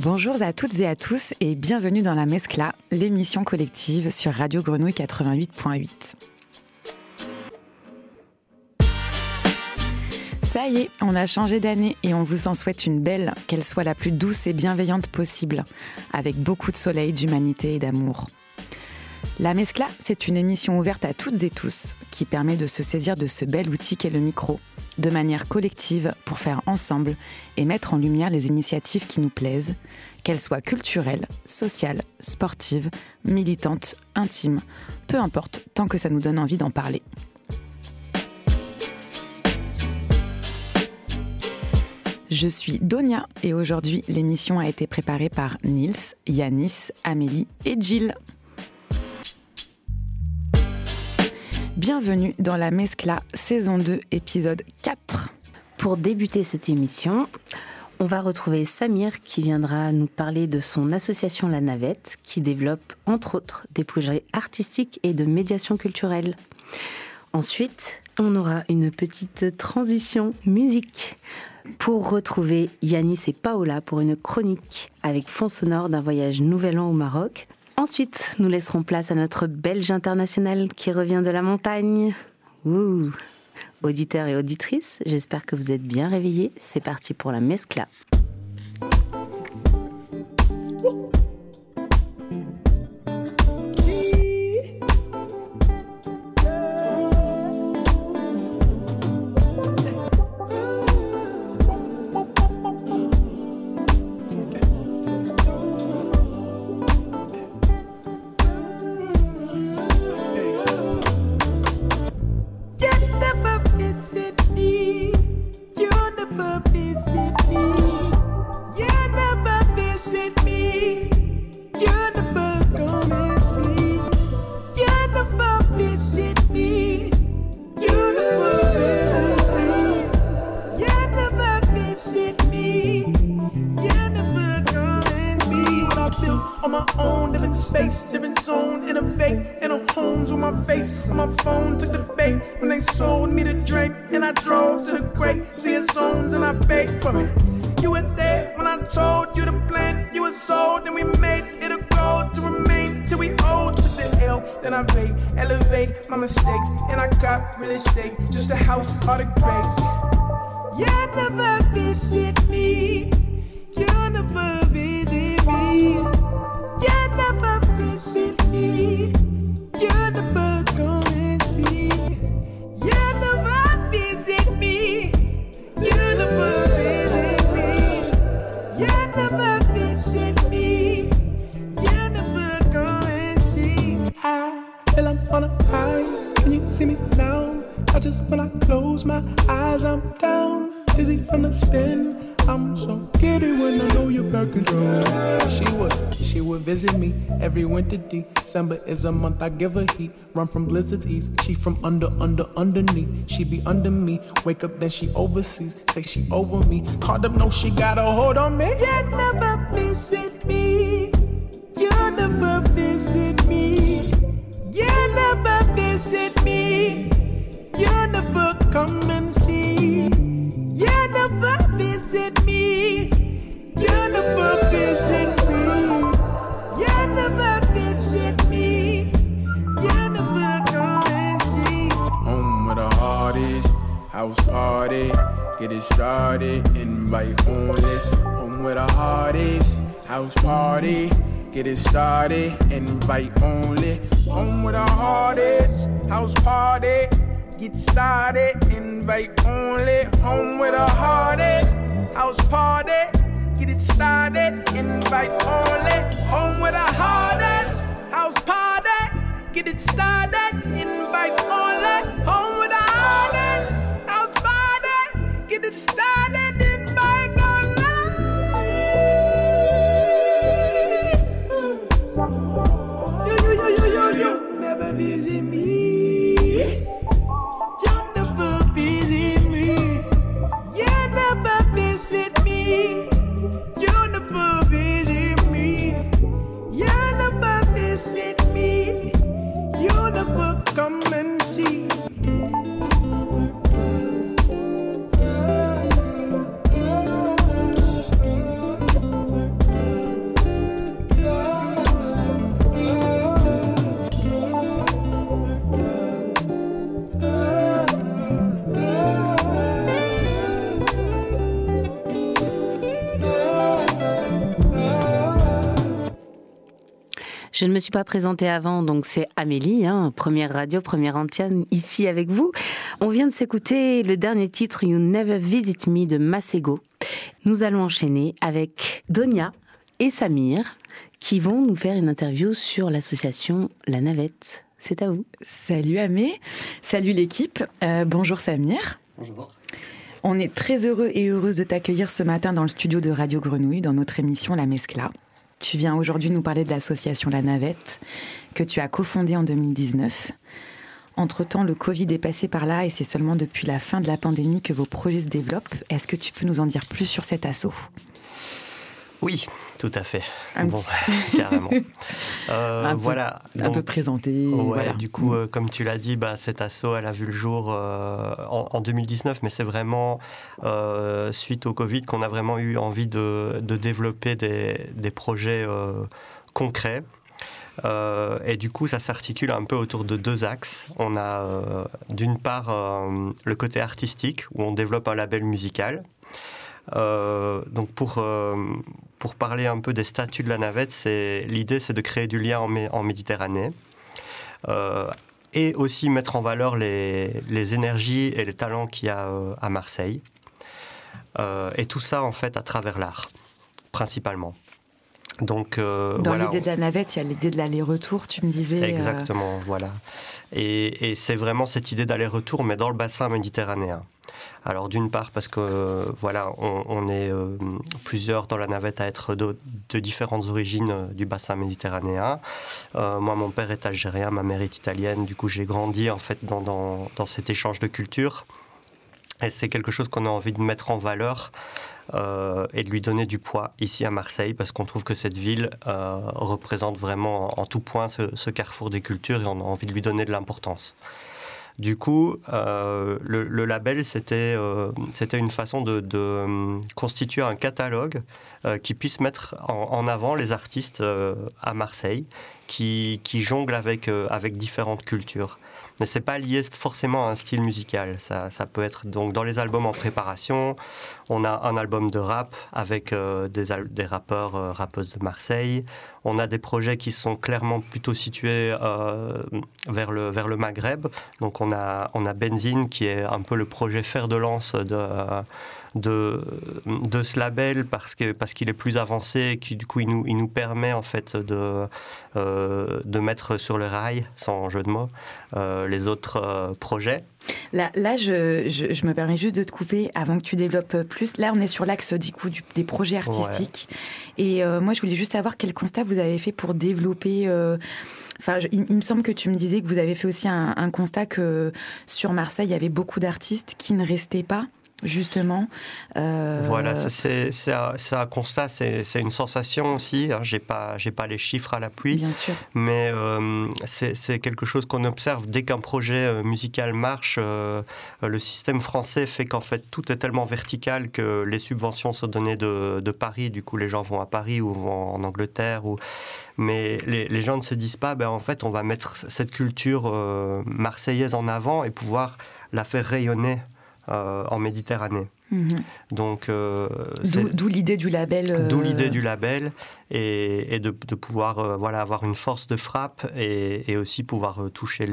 Bonjour à toutes et à tous et bienvenue dans La Mescla, l'émission collective sur Radio Grenouille 88.8. Ça y est, on a changé d'année et on vous en souhaite une belle, qu'elle soit la plus douce et bienveillante possible, avec beaucoup de soleil, d'humanité et d'amour. La Mescla, c'est une émission ouverte à toutes et tous qui permet de se saisir de ce bel outil qu'est le micro, de manière collective pour faire ensemble et mettre en lumière les initiatives qui nous plaisent, qu'elles soient culturelles, sociales, sportives, militantes, intimes, peu importe, tant que ça nous donne envie d'en parler. Je suis Donia et aujourd'hui, l'émission a été préparée par Nils, Yanis, Amélie et Jill. Bienvenue dans La Mescla, saison 2, épisode 4. Pour débuter cette émission, on va retrouver Samir qui viendra nous parler de son association La Navette qui développe entre autres des projets artistiques et de médiation culturelle. Ensuite, on aura une petite transition musique pour retrouver Yanis et Paola pour une chronique avec fond sonore d'un voyage Nouvel An au Maroc. Ensuite, nous laisserons place à notre Belge international qui revient de la montagne. Ouh. Auditeurs et auditrices, j'espère que vous êtes bien réveillés. C'est parti pour La Mescla. Every winter December is a month I give her heat. Run from blizzards east. She from underneath. She be under me. Wake up then she overseas. Say she over me. Called up, no, she got a hold on me. You never visit me. You never visit me. You never visit me. You never come and see. You never visit me. You never visit me. You never visit me. You never come and see. Home where the heart is, house party. Get it started, invite only. Home where the heart is, house party. Get it started, invite only. Home where the heart is, house party. Get started, invite only. Home where the heart is, house party. Get it started, invite only. Home with the hardest, house party. Get it started, invite only. Home with the hardest, house party. Get it started, invite only. You never visit me. You never visit me. You never visit me. Come and see. Je ne me suis pas présentée avant, donc c'est Amélie, première radio, première antenne, ici avec vous. On vient de s'écouter le dernier titre, You Never Visit Me de Masego. Nous allons enchaîner avec Donia et Samir, qui vont nous faire une interview sur l'association La Navette. C'est à vous. Salut Amé, salut l'équipe. Bonjour Samir. Bonjour. On est très heureux et heureuse de t'accueillir ce matin dans le studio de Radio Grenouille, dans notre émission La Mescla. Tu viens aujourd'hui nous parler de l'association La Navette, que tu as cofondée en 2019. Entre-temps, le Covid est passé par là et c'est seulement depuis la fin de la pandémie que vos projets se développent. Est-ce que tu peux nous en dire plus sur cet asso ? Oui, tout à fait. Bon, carrément. Voilà. Un peu présenté. Ouais, voilà. Du coup, comme tu l'as dit, cet asso, elle a vu le jour en 2019, mais c'est vraiment suite au Covid qu'on a vraiment eu envie de développer des projets concrets. Et du coup, ça s'articule un peu autour de deux axes. On a d'une part le côté artistique, où on développe un label musical. Donc pour parler un peu des statuts de la Navette, l'idée c'est de créer du lien en Méditerranée et aussi mettre en valeur les énergies et les talents qu'il y a à Marseille, et tout ça en fait à travers l'art principalement. Donc, dans l'idée de la Navette, il y a l'idée de l'aller-retour, tu me disais. Exactement, voilà. Et c'est vraiment cette idée d'aller-retour, mais dans le bassin méditerranéen. Alors d'une part parce que voilà, on est plusieurs dans la Navette à être de différentes origines du bassin méditerranéen. Moi, mon père est algérien, ma mère est italienne. Du coup, j'ai grandi en fait dans cet échange de culture. Et c'est quelque chose qu'on a envie de mettre en valeur et de lui donner du poids ici à Marseille, parce qu'on trouve que cette ville représente vraiment en tout point ce carrefour des cultures et on a envie de lui donner de l'importance. Du coup, le label, c'était une façon de constituer un catalogue qui puisse mettre en avant les artistes à Marseille qui jonglent avec différentes cultures. Mais ce n'est pas lié forcément à un style musical. Ça peut être donc dans les albums en préparation. On a un album de rap avec des rappeurs, rappeuses de Marseille. On a des projets qui sont clairement plutôt situés vers le Maghreb. Donc on a Benzine qui est un peu le projet fer de lance de ce label parce qu'il est plus avancé et qui du coup il nous permet en fait de mettre sur le rail, sans jeu de mots, les autres projets. Là je me permets juste de te couper avant que tu développes plus. Là, on est sur l'axe du coup des projets artistiques. Ouais. Et moi, je voulais juste savoir quel constat vous avez fait pour développer... il me semble que tu me disais que vous avez fait aussi un constat que sur Marseille, il y avait beaucoup d'artistes qui ne restaient pas. Justement. Voilà, c'est un constat, c'est une sensation aussi. Hein, j'ai pas les chiffres à l'appui. Bien sûr. Mais c'est quelque chose qu'on observe dès qu'un projet musical marche. Le système français fait qu'en fait tout est tellement vertical que les subventions sont données de Paris. Du coup, les gens vont à Paris ou vont en Angleterre. Mais les gens ne se disent pas, en fait, on va mettre cette culture marseillaise en avant et pouvoir la faire rayonner en Méditerranée. Mmh. Donc, d'où l'idée du label. D'où l'idée du label et de pouvoir avoir une force de frappe et aussi pouvoir toucher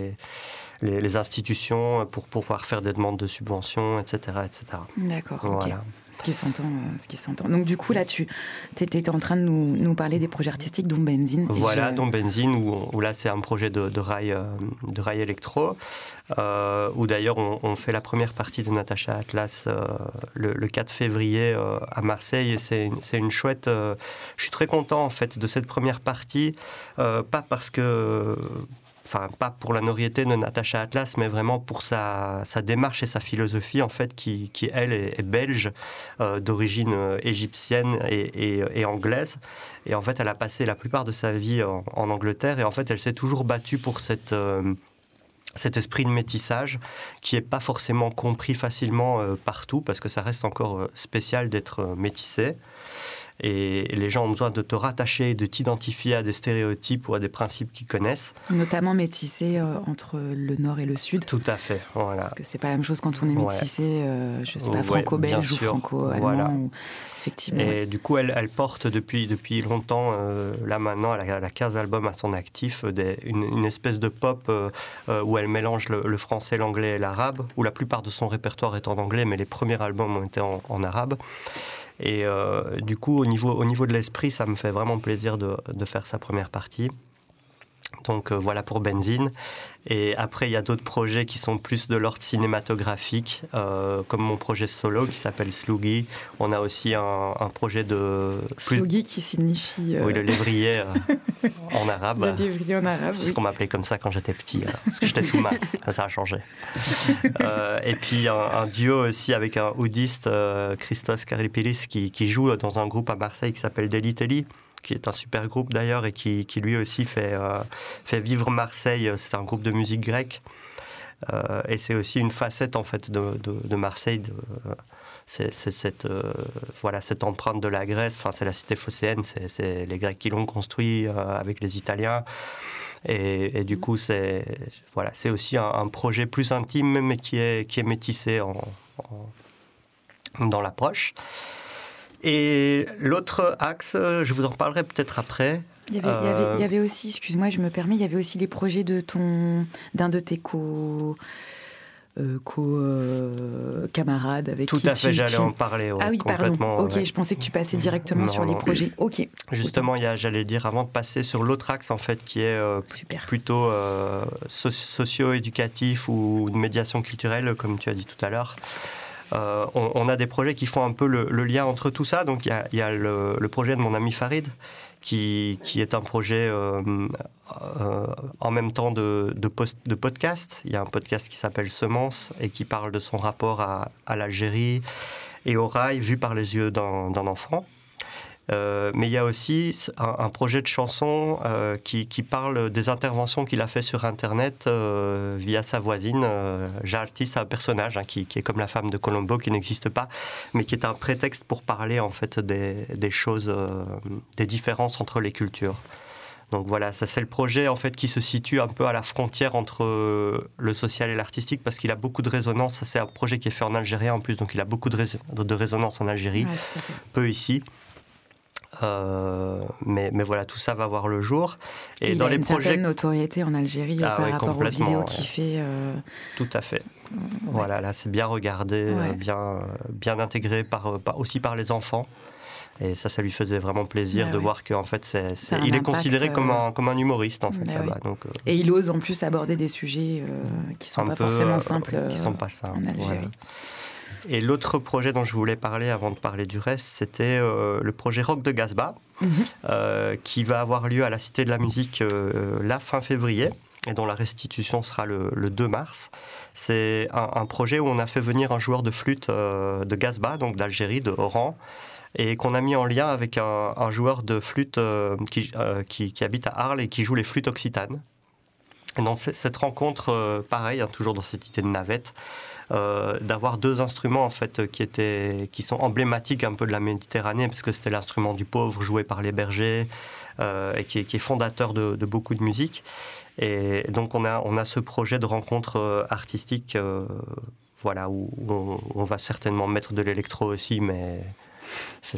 les institutions pour pouvoir faire des demandes de subventions, etc. etc. D'accord, voilà. Ok. Ce qui s'entend. Donc du coup, là, tu étais en train de nous parler des projets artistiques, dont Benzine. Voilà, dont Benzine, où là, c'est un projet de rail électro, où d'ailleurs, on fait la première partie de Natacha Atlas le 4 février à Marseille, et c'est une chouette... je suis très content, en fait, de cette première partie, pas parce que... Enfin, pas pour la notoriété de Natacha Atlas, mais vraiment pour sa démarche et sa philosophie, en fait, qui elle, est belge, d'origine égyptienne et anglaise. Et en fait, elle a passé la plupart de sa vie en Angleterre. Et en fait, elle s'est toujours battue pour cet esprit de métissage qui n'est pas forcément compris facilement partout, parce que ça reste encore spécial d'être métissé. Et les gens ont besoin de te rattacher, de t'identifier à des stéréotypes ou à des principes qu'ils connaissent. Notamment métissé entre le nord et le sud. Tout à fait, voilà. Parce que c'est pas la même chose quand on est métissé, je sais pas, franco-belge ou franco-allemand. Voilà. Effectivement. Et du coup, elle porte depuis longtemps, là maintenant, elle a 15 albums à son actif, une espèce de pop où elle mélange le français, l'anglais et l'arabe, où la plupart de son répertoire est en anglais, mais les premiers albums ont été en arabe. Et du coup, au niveau de l'esprit, ça me fait vraiment plaisir de faire sa première partie. Donc voilà pour Benzine. Et après, il y a d'autres projets qui sont plus de l'ordre cinématographique, comme mon projet solo qui s'appelle Sloogie. On a aussi un projet de... Sloogie qui signifie... Oui, le lévrier en arabe. Le lévrier en arabe, C'est ce qu'on m'appelait comme ça quand j'étais petit, parce que j'étais tout mince. Ça a changé. Et puis un duo aussi avec un oudiste, Christos Karipilis, qui joue dans un groupe à Marseille qui s'appelle Deliteli, qui est un super groupe d'ailleurs et qui lui aussi fait vivre Marseille. C'est un groupe de musique grecque et c'est aussi une facette en fait de Marseille. C'est cette empreinte de la Grèce. Enfin, c'est la cité phocéenne. C'est les Grecs qui l'ont construit avec les Italiens. Et du coup, c'est aussi un projet plus intime, mais qui est métissé dans l'approche. Et l'autre axe, je vous en parlerai peut-être après. Il y avait aussi, excuse-moi, je me permets, il y avait aussi les projets d'un de tes camarades avec Tout qui à fait, j'allais en parler. Ah oui, complètement. pardon. Ok, je pensais que tu passais directement sur les projets. Ok. Justement, j'allais dire avant de passer sur l'autre axe en fait, qui est plutôt socio-éducatif ou de médiation culturelle, comme tu as dit tout à l'heure. On a des projets qui font un peu le lien entre tout ça. Donc il y a le projet de mon ami Farid, qui est un projet en même temps de podcast. Il y a un podcast qui s'appelle Semence et qui parle de son rapport à l'Algérie et au rail vu par les yeux d'un enfant. Mais il y a aussi un projet de chanson qui parle des interventions qu'il a fait sur Internet via sa voisine. Jalti, c'est un personnage qui est comme la femme de Colombo, qui n'existe pas, mais qui est un prétexte pour parler en fait des choses, des différences entre les cultures. Donc voilà, ça c'est le projet en fait qui se situe un peu à la frontière entre le social et l'artistique, parce qu'il a beaucoup de résonance. Ça, c'est un projet qui est fait en algérien en plus, donc il a beaucoup de résonance en Algérie, ouais, tout à fait. Peu ici. Mais voilà, tout ça va voir le jour. Et dans les projets, certaine notoriété en Algérie par rapport aux vidéos qu'il fait. Tout à fait. Voilà, là c'est bien regardé, bien intégré aussi par les enfants. Et ça lui faisait vraiment plaisir de voir qu'en fait, il est considéré comme un humoriste en fait là-bas. Oui. Donc, et il ose en plus aborder des sujets qui sont pas forcément simples. Qui sont pas simples. En Algérie. Voilà. Et l'autre projet dont je voulais parler avant de parler du reste, c'était le projet Rock de Gasbah, qui va avoir lieu à la Cité de la Musique la fin février, et dont la restitution sera le 2 mars. C'est un projet où on a fait venir un joueur de flûte de Gasbah, donc d'Algérie, de Oran, et qu'on a mis en lien avec un joueur de flûte qui habite à Arles et qui joue les flûtes occitanes. Et dans cette rencontre, pareil, toujours dans cette idée de navette, d'avoir deux instruments en fait qui sont emblématiques un peu de la Méditerranée, parce que c'était l'instrument du pauvre joué par les bergers et qui est fondateur de beaucoup de musique. Et donc on a ce projet de rencontre artistique, où on va certainement mettre de l'électro aussi, mais c'est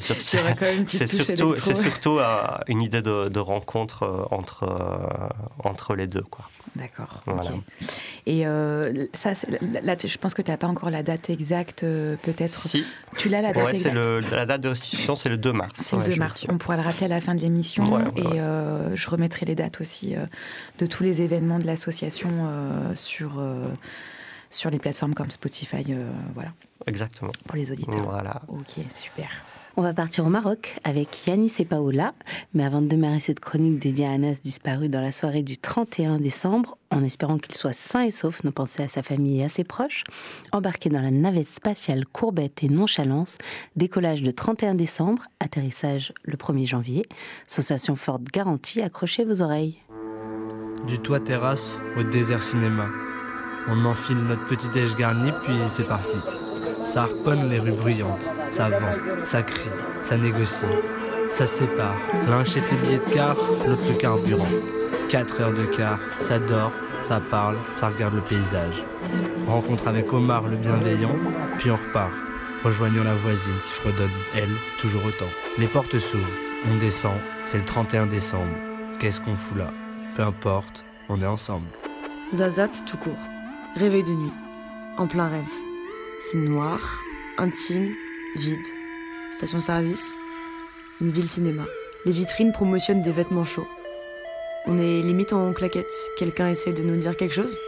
surtout une idée de rencontre entre les deux, quoi. D'accord. Voilà. Okay. Et ça, là, je pense que tu n'as pas encore la date exacte, peut-être. Si. Tu l'as, la date exacte. La date de restitution, c'est le 2 mars. C'est le 2 mars. On pourra le rappeler à la fin de l'émission. Je remettrai les dates aussi de tous les événements de l'association sur les plateformes comme Spotify. Voilà. Exactement. Pour les auditeurs. Voilà. Ok, super. On va partir au Maroc avec Yanis et Paola. Mais avant de démarrer cette chronique dédiée à Anas disparu dans la soirée du 31 décembre, en espérant qu'il soit sain et sauf, nos pensées à sa famille et à ses proches, embarqué dans la navette spatiale Courbette et Nonchalance, décollage le 31 décembre, atterrissage le 1er janvier. Sensation forte garantie, accrochez vos oreilles. Du toit terrasse au désert cinéma. On enfile notre petit déj garni, puis c'est parti. ça harponne les rues bruyantes, ça vend, ça crie, ça négocie, ça se sépare. L'un achète les billets de car, l'autre le carburant. 4 heures de car, ça dort, ça parle, ça regarde le paysage. Rencontre avec Omar le bienveillant, puis on repart, rejoignant la voisine qui fredonne, elle, toujours autant. Les portes s'ouvrent, on descend, c'est le 31 décembre. Qu'est-ce qu'on fout là? Peu importe, on est ensemble. Zazat tout court. Réveil de nuit. En plein rêve. C'est noir, intime, vide. Station-service. Une ville cinéma. Les vitrines promotionnent des vêtements chauds. On est limite en claquettes. Quelqu'un essaie de nous dire quelque chose?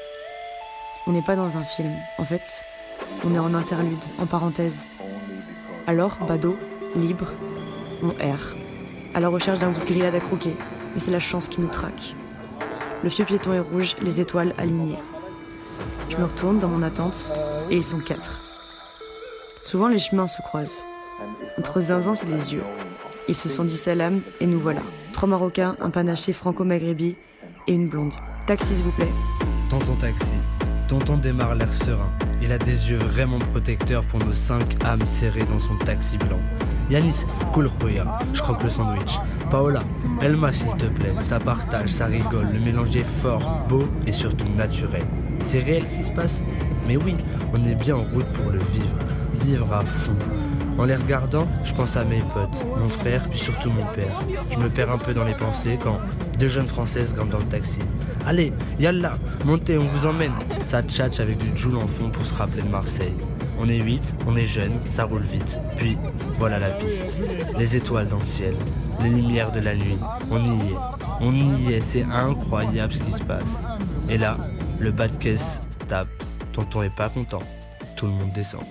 On n'est pas dans un film. En fait, on est en interlude, en parenthèse. Alors, badaud, libre, on erre. À la recherche d'un bout de grillade à croquer. Mais c'est la chance qui nous traque. Le vieux piéton est rouge, les étoiles alignées. Je me retourne dans mon attente, et ils sont 4. Souvent les chemins se croisent. Entre zinzin, c'est les yeux. Ils se sont dit salam, et nous voilà. 3 Marocains, un panaché franco-maghrébi et une blonde. Taxi, s'il vous plaît. Tonton taxi. Tonton démarre l'air serein. Il a des yeux vraiment protecteurs pour nos 5 âmes serrées dans son taxi blanc. Yanis, cool khoya, je croque le sandwich. Paola, Elma s'il te plaît, ça partage, ça rigole, le mélange est fort, beau et surtout naturel. C'est réel ce qui se passe? Mais oui, on est bien en route pour le vivre, vivre à fond. En les regardant, je pense à mes potes, mon frère, puis surtout mon père. Je me perds un peu dans les pensées quand 2 jeunes françaises grimpent dans le taxi. Allez, yallah, montez, on vous emmène. Ça tchatche avec du Joule en fond pour se rappeler de Marseille. On est 8, on est jeunes, ça roule vite. Puis, voilà la piste. Les étoiles dans le ciel, les lumières de la nuit. On y est, c'est incroyable ce qui se passe. Et là, le bas de caisse tape. Tonton est pas content. Tout le monde descend.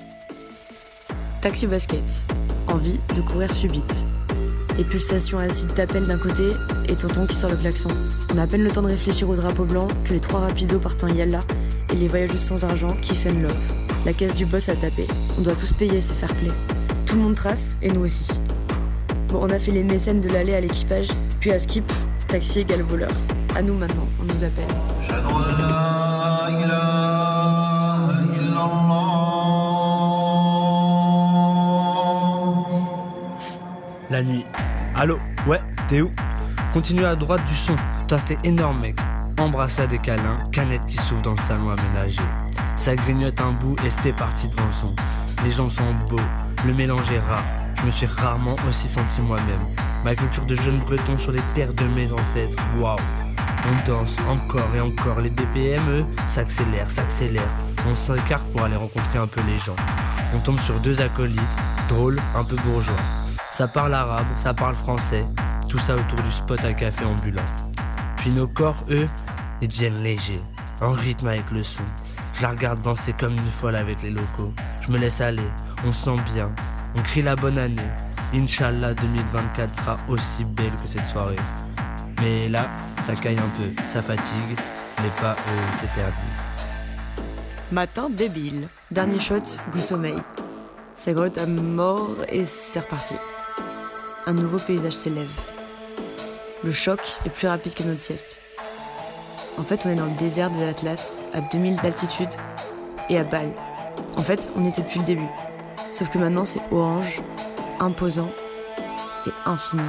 Taxi basket. Envie de courir subite. Les pulsations acides t'appellent d'un côté et tonton qui sort le klaxon. On a à peine le temps de réfléchir au drapeau blanc que les 3 rapidos partent en yalla et les voyageuses sans argent qui fend love. La caisse du boss a tapé. On doit tous payer, c'est fair play. Tout le monde trace, et nous aussi. Bon, on a fait les mécènes de l'aller à l'équipage, puis à Skip, taxi égale voleur. À nous maintenant, on nous appelle. La nuit. Allô? Ouais, t'es où? Continue à droite du son. Putain, c'était énorme, mec. Embrassade et câlins, canette qui s'ouvre dans le salon aménagé. Ça grignote un bout et c'est parti devant le son. Les gens sont beaux, le mélange est rare. Je me suis rarement aussi senti moi-même. Ma culture de jeune breton sur les terres de mes ancêtres, waouh. On danse encore et encore, les BPM, eux, s'accélèrent. On s'écarte pour aller rencontrer un peu les gens. On tombe sur 2 acolytes, drôles, un peu bourgeois. Ça parle arabe, ça parle français, tout ça autour du spot à café ambulant. Puis nos corps, eux, ils deviennent légers, en rythme avec le son. Je la regarde danser comme une folle avec les locaux. Je me laisse aller, on se sent bien, on crie la bonne année. Inch'Allah 2024 sera aussi belle que cette soirée. Mais là, ça caille un peu, ça fatigue, les pas, eux, s'éternisent. Matin débile. Dernier shot, goût sommeil. Ça grotte à mort et c'est reparti. Un nouveau paysage s'élève. Le choc est plus rapide que notre sieste. En fait, on est dans le désert de l'Atlas, à 2000 d'altitude, et à Bâle. En fait, on était depuis le début. Sauf que maintenant, c'est orange, imposant et infini.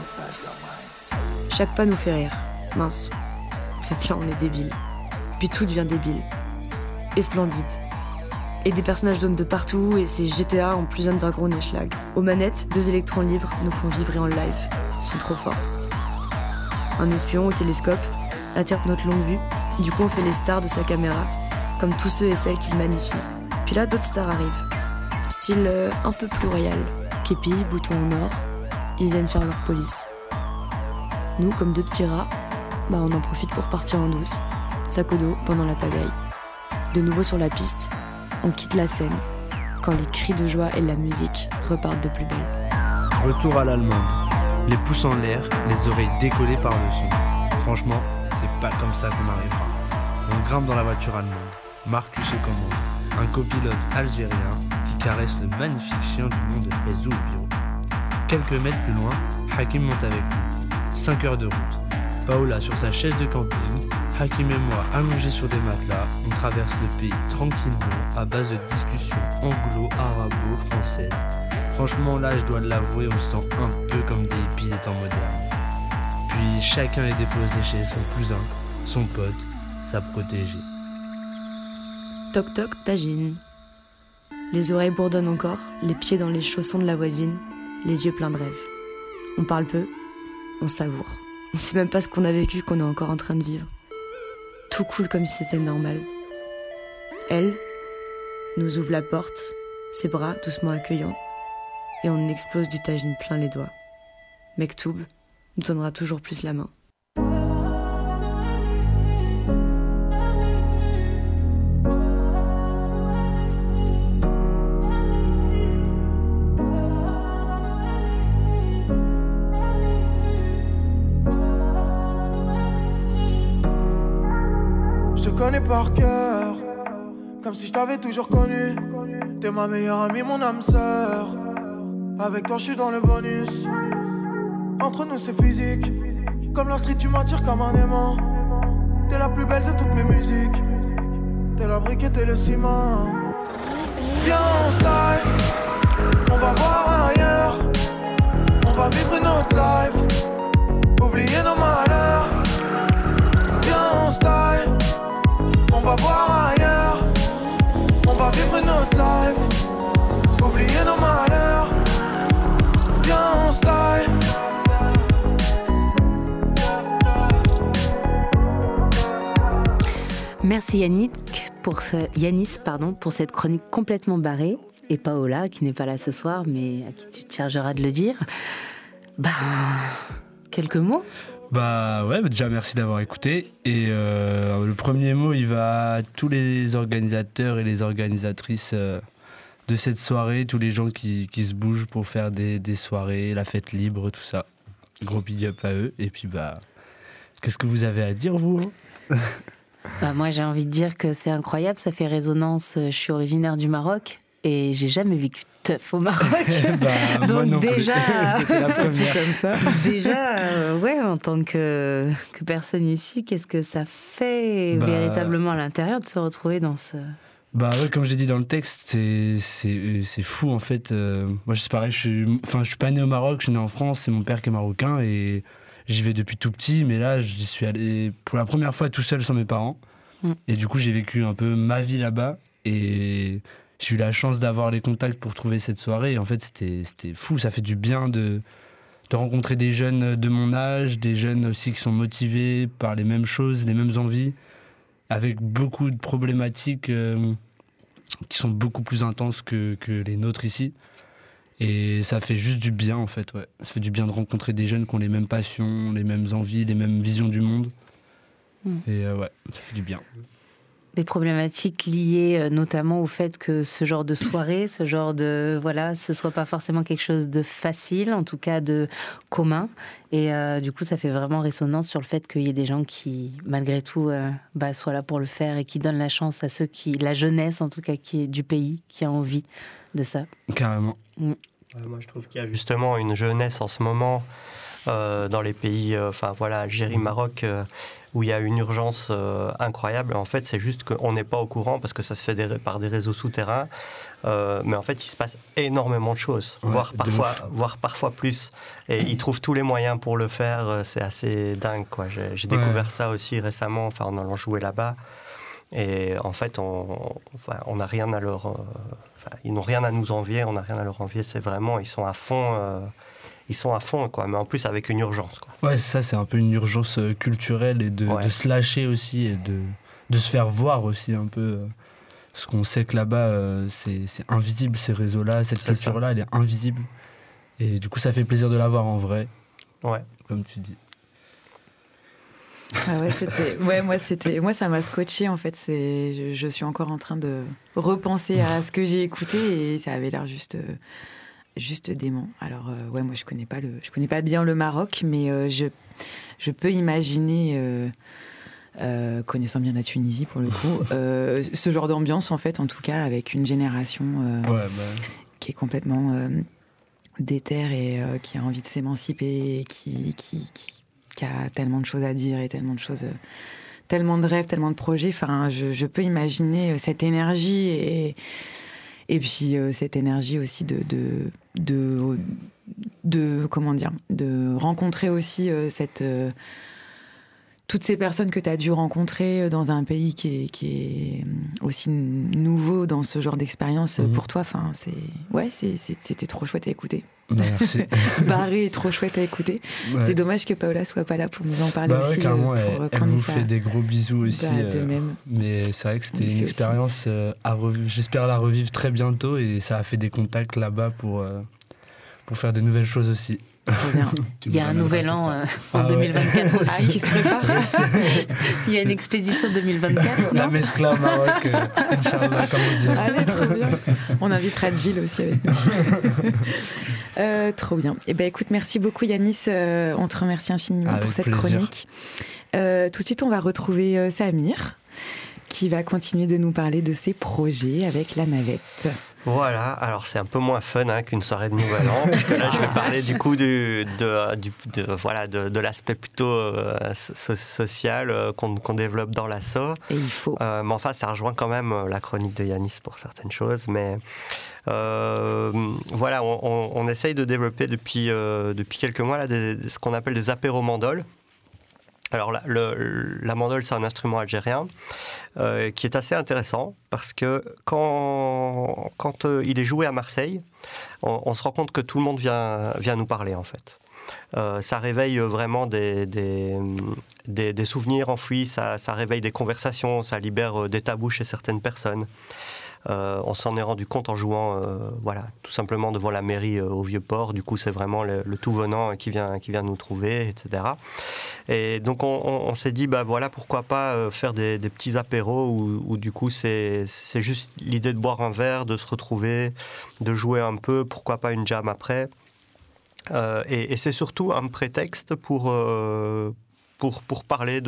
Chaque pas nous fait rire. Mince. En fait, là, on est débile. Puis tout devient débile. Et splendide. Et des personnages zone de partout, et c'est GTA en plus underground et schlag. Aux manettes, 2 électrons libres nous font vibrer en live. Ils sont trop forts. Un espion au télescope attire notre longue vue. Du coup, on fait les stars de sa caméra, comme tous ceux et celles qu'il magnifie. Puis là, d'autres stars arrivent. Style un peu plus royal. Képi, bouton en or. Ils viennent faire leur police. Nous, comme 2 petits rats, on en profite pour partir en douce. Sac au dos pendant la pagaille. De nouveau sur la piste, on quitte la scène quand les cris de joie et la musique repartent de plus belle. Retour à l'allemande. Les pouces en l'air, les oreilles décollées par le son. Franchement, c'est pas comme ça qu'on arrivera. On grimpe dans la voiture allemande. Marcus au commande. Un copilote algérien qui caresse le magnifique chien du nom de Vesuvio. Quelques mètres plus loin, Hakim monte avec nous. 5 heures de route. Paola sur sa chaise de camping, Hakim et moi allongés sur des matelas, on traverse le pays tranquillement à base de discussions anglo-arabo-françaises. Franchement là, je dois l'avouer, on se sent un peu comme des hippies des temps modernes. Puis chacun est déposé chez son cousin, son pote, sa protégée. Toc toc, Tagine. Les oreilles bourdonnent encore, les pieds dans les chaussons de la voisine, les yeux pleins de rêves. On parle peu, on savoure. On sait même pas ce qu'on a vécu, qu'on est encore en train de vivre. Tout coule comme si c'était normal. Elle nous ouvre la porte, ses bras doucement accueillants, et on explose du tagine plein les doigts. Mektoub nous donnera toujours plus la main. Je te connais par cœur, comme si je t'avais toujours connu. T'es ma meilleure amie, mon âme sœur. Avec toi je suis dans le bonus. Entre nous c'est physique, comme la street tu m'attires comme un aimant. T'es la plus belle de toutes mes musiques. T'es la brique et t'es le ciment. Viens on style, on va voir ailleurs. On va vivre une autre life, oublier nos malheurs. Viens on style, on va voir ailleurs. On va vivre une autre life, oublier nos malheurs. Viens on style. Merci Yanis pour cette chronique complètement barrée. Et Paola, qui n'est pas là ce soir, mais à qui tu te chargeras de le dire. Quelques mots ? Ouais, déjà merci d'avoir écouté. Et le premier mot, il va à tous les organisateurs et les organisatrices de cette soirée, tous les gens qui se bougent pour faire des soirées, la fête libre, tout ça. Gros big up à eux. Et puis qu'est-ce que vous avez à dire, vous ? Moi, j'ai envie de dire que c'est incroyable, ça fait résonance. Je suis originaire du Maroc et j'ai jamais vécu teuf au Maroc. Donc moi déjà, c'était la première. comme ça. Déjà, en tant que personne issue, qu'est-ce que ça fait véritablement à l'intérieur de se retrouver dans ce... Comme j'ai dit dans le texte, c'est fou en fait. Moi, c'est pareil, je suis pas né au Maroc, je suis né en France, c'est mon père qui est marocain et j'y vais depuis tout petit, mais là, j'y suis allé pour la première fois tout seul sans mes parents. Et du coup, j'ai vécu un peu ma vie là-bas. Et j'ai eu la chance d'avoir les contacts pour trouver cette soirée. Et en fait, c'était fou. Ça fait du bien de rencontrer des jeunes de mon âge, des jeunes aussi qui sont motivés par les mêmes choses, les mêmes envies, avec beaucoup de problématiques qui sont beaucoup plus intenses que les nôtres ici. Et ça fait juste du bien, en fait, ouais. Ça fait du bien de rencontrer des jeunes qui ont les mêmes passions, les mêmes envies, les mêmes visions du monde. Et ça fait du bien. Des problématiques liées notamment au fait que ce genre de soirée, ce genre de... ce soit pas forcément quelque chose de facile, en tout cas de commun. Et du coup, ça fait vraiment résonance sur le fait qu'il y ait des gens qui, malgré tout, soient là pour le faire et qui donnent la chance à ceux la jeunesse, en tout cas, qui est du pays, qui a envie de ça. Carrément. Moi, je trouve qu'il y a justement une jeunesse en ce moment dans les pays, Algérie, Maroc, où il y a une urgence incroyable. En fait, c'est juste qu'on n'est pas au courant parce que ça se fait par des réseaux souterrains. Mais en fait, il se passe énormément de choses, voire parfois plus. Et ils trouvent tous les moyens pour le faire. C'est assez dingue, quoi. J'ai découvert ça aussi récemment, en allant jouer là-bas. Et en fait, on n'a rien à leur... ils n'ont rien à nous envier, on n'a rien à leur envier. C'est vraiment, ils sont à fond, quoi. Mais en plus avec une urgence, quoi. Ouais, ça, c'est un peu une urgence culturelle et de se lâcher aussi et de se faire voir aussi un peu. Parce qu'on sait que là-bas, c'est invisible, ces réseaux-là, cette culture-là, elle est invisible. Et du coup, ça fait plaisir de la voir en vrai. Ouais. Comme tu dis. Moi, ça m'a scotché, en fait. Je suis encore en train de repenser à ce que j'ai écouté et ça avait l'air juste dément. Alors, moi, je connais pas bien le Maroc, mais je peux imaginer, connaissant bien la Tunisie pour le coup, ce genre d'ambiance, en fait, en tout cas, avec une génération qui est complètement déter et qui a envie de s'émanciper, qui qui a tellement de choses à dire et tellement de choses, tellement de rêves, tellement de projets. Enfin, je peux imaginer cette énergie et puis cette énergie aussi de comment dire, de rencontrer aussi toutes ces personnes que tu as dû rencontrer dans un pays qui est aussi nouveau dans ce genre d'expérience pour toi. Enfin, c'était trop chouette à écouter. Merci. Barré et trop chouette à écouiter. Ouais. C'est dommage que Paola soit pas là pour nous en parler aussi. Carrément, elle vous fait des gros bisous aussi. De même. Mais c'est vrai que c'était une expérience à revivre. J'espère la revivre très bientôt et ça a fait des contacts là-bas pour faire de nouvelles choses aussi. Il y a un nouvel an en 2024 aussi qui se prépare. Il y a une expédition 2024. La Mescla au Maroc, Inch'Allah, comme on dit. Allez, trop bien. On invitera Gilles aussi avec nous. Trop bien. Eh ben, écoute, merci beaucoup Yanis. On te remercie infiniment avec pour cette chronique. Tout de suite, on va retrouver Samir qui va continuer de nous parler de ses projets avec la navette. Voilà, alors c'est un peu moins fun qu'une soirée de Nouvel An, puisque là je vais parler du coup de l'aspect plutôt social qu'on développe dans l'asso. Et il faut. Mais enfin, ça rejoint quand même la chronique de Yanis pour certaines choses. Mais voilà, on essaye de développer depuis quelques mois là, ce qu'on appelle des apéromandoles. Alors la mandole, c'est un instrument algérien qui est assez intéressant parce que quand il est joué à Marseille, on se rend compte que tout le monde vient nous parler en fait. Ça réveille vraiment des souvenirs enfouis, ça réveille des conversations, ça libère des tabous chez certaines personnes. On s'en est rendu compte en jouant tout simplement devant la mairie au Vieux-Port. Du coup, c'est vraiment le tout venant qui vient nous trouver, etc. Et donc, on s'est dit, pourquoi pas faire des petits apéros où du coup, c'est juste l'idée de boire un verre, de se retrouver, de jouer un peu, pourquoi pas une jam après. Et c'est surtout un prétexte pour parler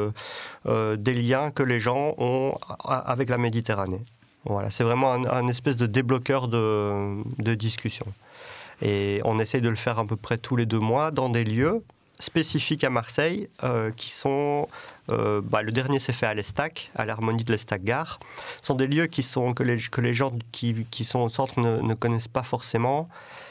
des liens que les gens ont avec la Méditerranée. Voilà, c'est vraiment un espèce de débloqueur de discussion. Et on essaye de le faire à peu près tous les 2 mois dans des lieux spécifiques à Marseille qui sont... le dernier s'est fait à l'Estac, à l'Harmonie de l'Estac-Gare. Ce sont des lieux que les gens qui sont au centre ne connaissent pas forcément.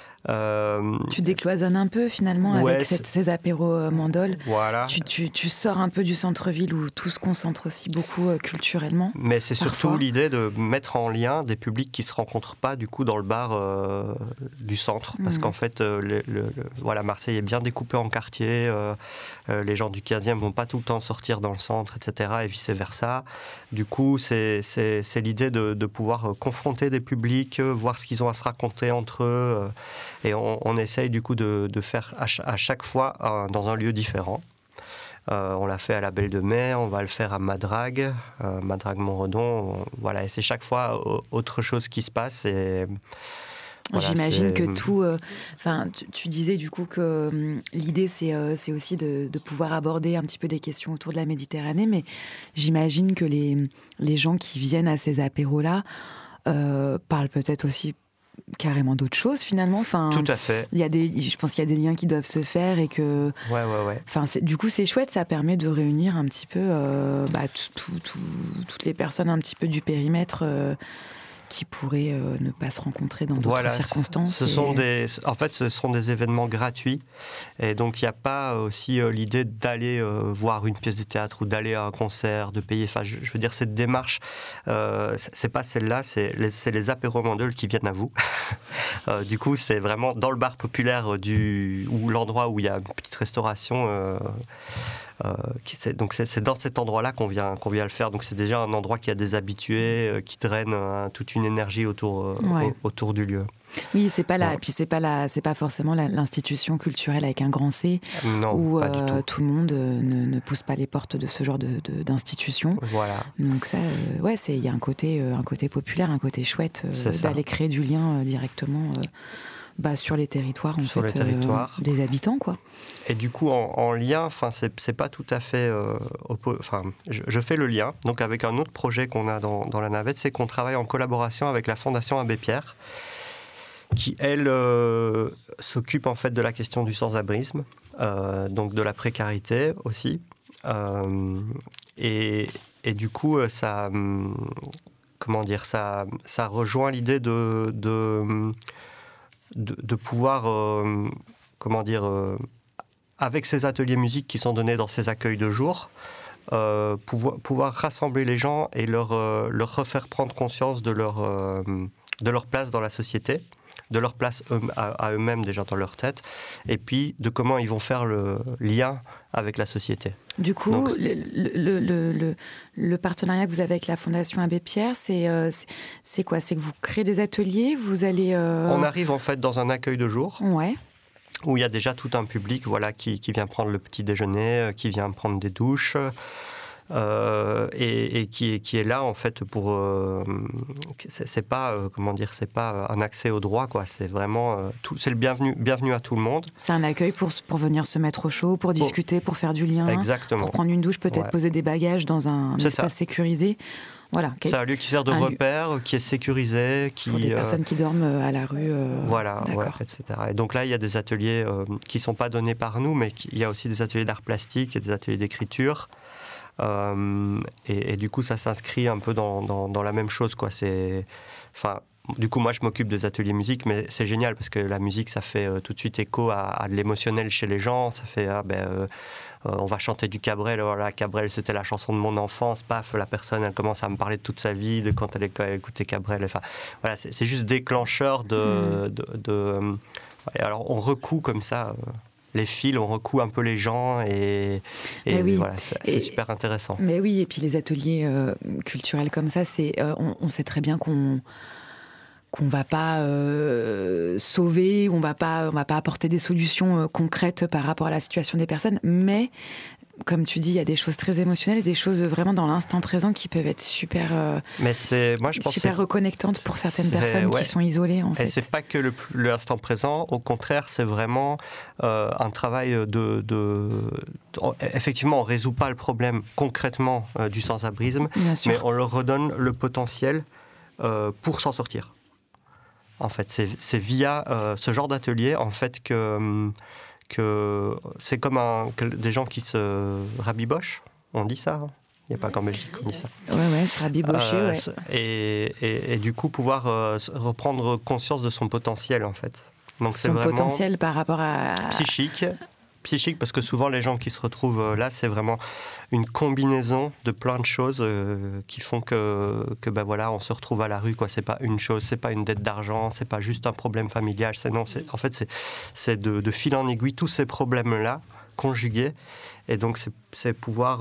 Tu décloisonnes un peu finalement avec ces apéros mandoles. Voilà. Tu sors un peu du centre-ville où tout se concentre aussi beaucoup culturellement. Mais c'est surtout l'idée de mettre en lien des publics qui ne se rencontrent pas du coup dans le bar du centre. Parce qu'en fait, Marseille est bien découpé en quartiers. Les gens du 15e ne vont pas tout le temps sortir dans le centre, etc. et vice-versa. Du coup, c'est l'idée de pouvoir confronter des publics, voir ce qu'ils ont à se raconter entre eux. Et on essaye du coup de faire à chaque fois dans un lieu différent. On l'a fait à la Belle de Mai, on va le faire à Madrague, Montredon. Voilà, et c'est chaque fois autre chose qui se passe. Et voilà, j'imagine que tout... tu disais du coup que l'idée, c'est aussi de pouvoir aborder un petit peu des questions autour de la Méditerranée, mais j'imagine que les gens qui viennent à ces apéros-là parlent peut-être aussi carrément d'autres choses finalement. Tout à fait. Je pense qu'il y a des liens qui doivent se faire et que... Ouais. Du coup, c'est chouette, ça permet de réunir un petit peu toutes les personnes un petit peu du périmètre qui pourraient ne pas se rencontrer dans d'autres circonstances. Ce sont des événements gratuits et donc il n'y a pas aussi l'idée d'aller voir une pièce de théâtre ou d'aller à un concert, de payer. Enfin, je veux dire, cette démarche, c'est pas celle-là, c'est les apéromandoles qui viennent à vous. Du coup, c'est vraiment dans le bar populaire ou l'endroit où il y a une petite restauration. Donc c'est dans cet endroit-là qu'on vient le faire. Donc c'est déjà un endroit qui a des habitués, qui draine toute une énergie autour du lieu. Oui, c'est pas forcément l'institution culturelle avec un grand C. Non, où pas du tout. Tout le monde ne pousse pas les portes de ce genre d'institution. Voilà. Donc ça, il y a un côté populaire, un côté chouette d'aller créer du lien directement. Sur les territoires, des habitants, quoi. Et du coup, en lien, c'est pas tout à fait... je fais le lien. Donc, avec un autre projet qu'on a dans la navette, c'est qu'on travaille en collaboration avec la Fondation Abbé Pierre, qui, elle, s'occupe en fait de la question du sans-abrisme. donc de la précarité aussi. Et du coup, ça rejoint l'idée de pouvoir, avec ces ateliers musique qui sont donnés dans ces accueils de jour, pouvoir rassembler les gens et leur refaire prendre conscience de leur place dans la société, de leur place à eux-mêmes déjà dans leur tête, et puis de comment ils vont faire le lien avec la société. Du coup, donc, le partenariat que vous avez avec la Fondation Abbé Pierre, c'est quoi? C'est que vous créez des ateliers, vous allez... On arrive en fait dans un accueil de jour. Ouais. Où il y a déjà tout un public qui vient prendre le petit déjeuner, qui vient prendre des douches, et qui est là en fait pour... c'est pas un accès au droit, quoi. C'est vraiment... c'est le bienvenu à tout le monde. C'est un accueil pour venir se mettre au chaud, pour discuter, pour faire du lien. Exactement. Pour prendre une douche, peut-être poser des bagages dans un espace sécurisé. Voilà. C'est un lieu qui sert de repère, qui est sécurisé. Pour des personnes qui dorment à la rue. Voilà, etc. Et donc là, il y a des ateliers qui ne sont pas donnés par nous, mais il y a aussi des ateliers d'art plastique et des ateliers d'écriture. Et du coup, ça s'inscrit un peu dans la même chose, quoi. Du coup, moi, je m'occupe des ateliers musique, mais c'est génial parce que la musique, ça fait tout de suite écho à de l'émotionnel chez les gens. Ça fait, on va chanter du Cabrel. Voilà, Cabrel, c'était la chanson de mon enfance. Paf, la personne, elle commence à me parler de toute sa vie, de quand elle écoutait Cabrel. Enfin, voilà, c'est juste déclencheur alors, on recoue comme ça. Les fils, on recoue un peu les gens et voilà, c'est super intéressant. Mais oui, et puis les ateliers culturels comme ça, on sait très bien qu'on va pas sauver, on va pas apporter des solutions concrètes par rapport à la situation des personnes, mais comme tu dis, il y a des choses très émotionnelles et des choses vraiment dans l'instant présent qui peuvent être super reconnectantes pour certaines personnes qui sont isolées, en fait. Et c'est pas que l'instant présent, au contraire, c'est vraiment un travail effectivement, on résout pas le problème concrètement du sans-abrisme, mais on leur redonne le potentiel pour s'en sortir. En fait, c'est via ce genre d'atelier, en fait, que c'est comme des gens qui se rabibochent, on dit ça, hein. Il n'y a pas qu'en Belgique qu'on dit ça. Ouais, se rabibocher, Et du coup, pouvoir reprendre conscience de son potentiel, en fait. Donc, son potentiel par rapport à... Psychique, parce que souvent, les gens qui se retrouvent là, c'est vraiment une combinaison de plein de choses qui font que on se retrouve à la rue, quoi. C'est pas une chose, c'est pas une dette d'argent, c'est pas juste un problème familial. C'est de fil en aiguille tous ces problèmes-là conjugués. Et donc, c'est pouvoir,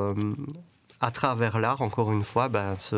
à travers l'art, encore une fois,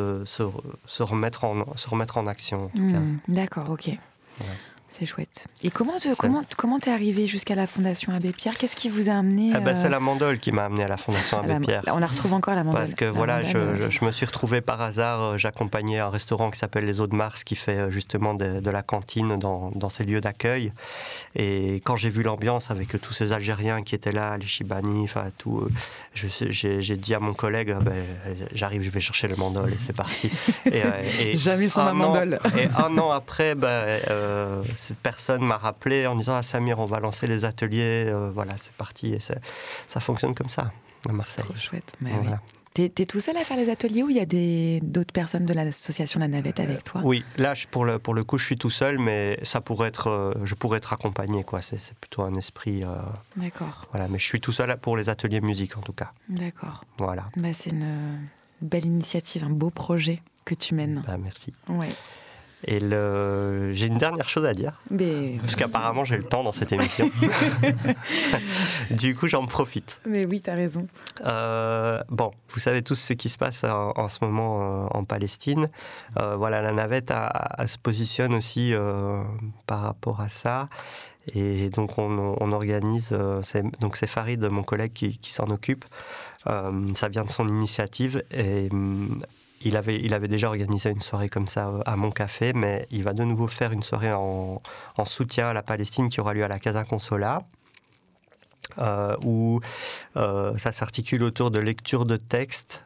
se remettre en action, en tout cas. D'accord, ok. Ouais. C'est chouette. Et comment t'es arrivé jusqu'à la Fondation Abbé Pierre? Qu'est-ce qui vous a amené C'est la mandole qui m'a amené à la Fondation Abbé Pierre. On la retrouve encore, la mandole. Parce que je me suis retrouvé par hasard, j'accompagnais un restaurant qui s'appelle Les Eaux de Mars, qui fait justement de la cantine dans ces lieux d'accueil. Et quand j'ai vu l'ambiance avec tous ces Algériens qui étaient là, les Chibani, enfin tout, j'ai dit à mon collègue, j'arrive, je vais chercher le mandole, et c'est parti. Et jamais sans la mandole. Et un an après, cette personne m'a rappelé en disant « Ah Samir, on va lancer les ateliers, voilà, c'est parti ». Et ça fonctionne comme ça, à Marseille. C'est trop chouette. Voilà. Oui. T'es tout seul à faire les ateliers ou il y a d'autres personnes de l'association La Navette avec toi? Oui, là, pour le coup, je suis tout seul, mais je pourrais être accompagné, quoi. C'est plutôt un esprit... D'accord. Voilà, mais je suis tout seul pour les ateliers musique, en tout cas. D'accord. Voilà. C'est une belle initiative, un beau projet que tu mènes. Merci. Ouais. Et j'ai une dernière chose à dire, parce qu'apparemment j'ai le temps dans cette émission. Du coup, j'en profite. Mais oui, t'as raison. Vous savez tous ce qui se passe en ce moment en Palestine. La Navette se positionne aussi par rapport à ça. Et donc on organise, c'est Farid, mon collègue, qui s'en occupe. Ça vient de son initiative et... Il avait déjà organisé une soirée comme ça à Mon Café, mais il va de nouveau faire une soirée en soutien à la Palestine qui aura lieu à la Casa Consola, où ça s'articule autour de lecture de textes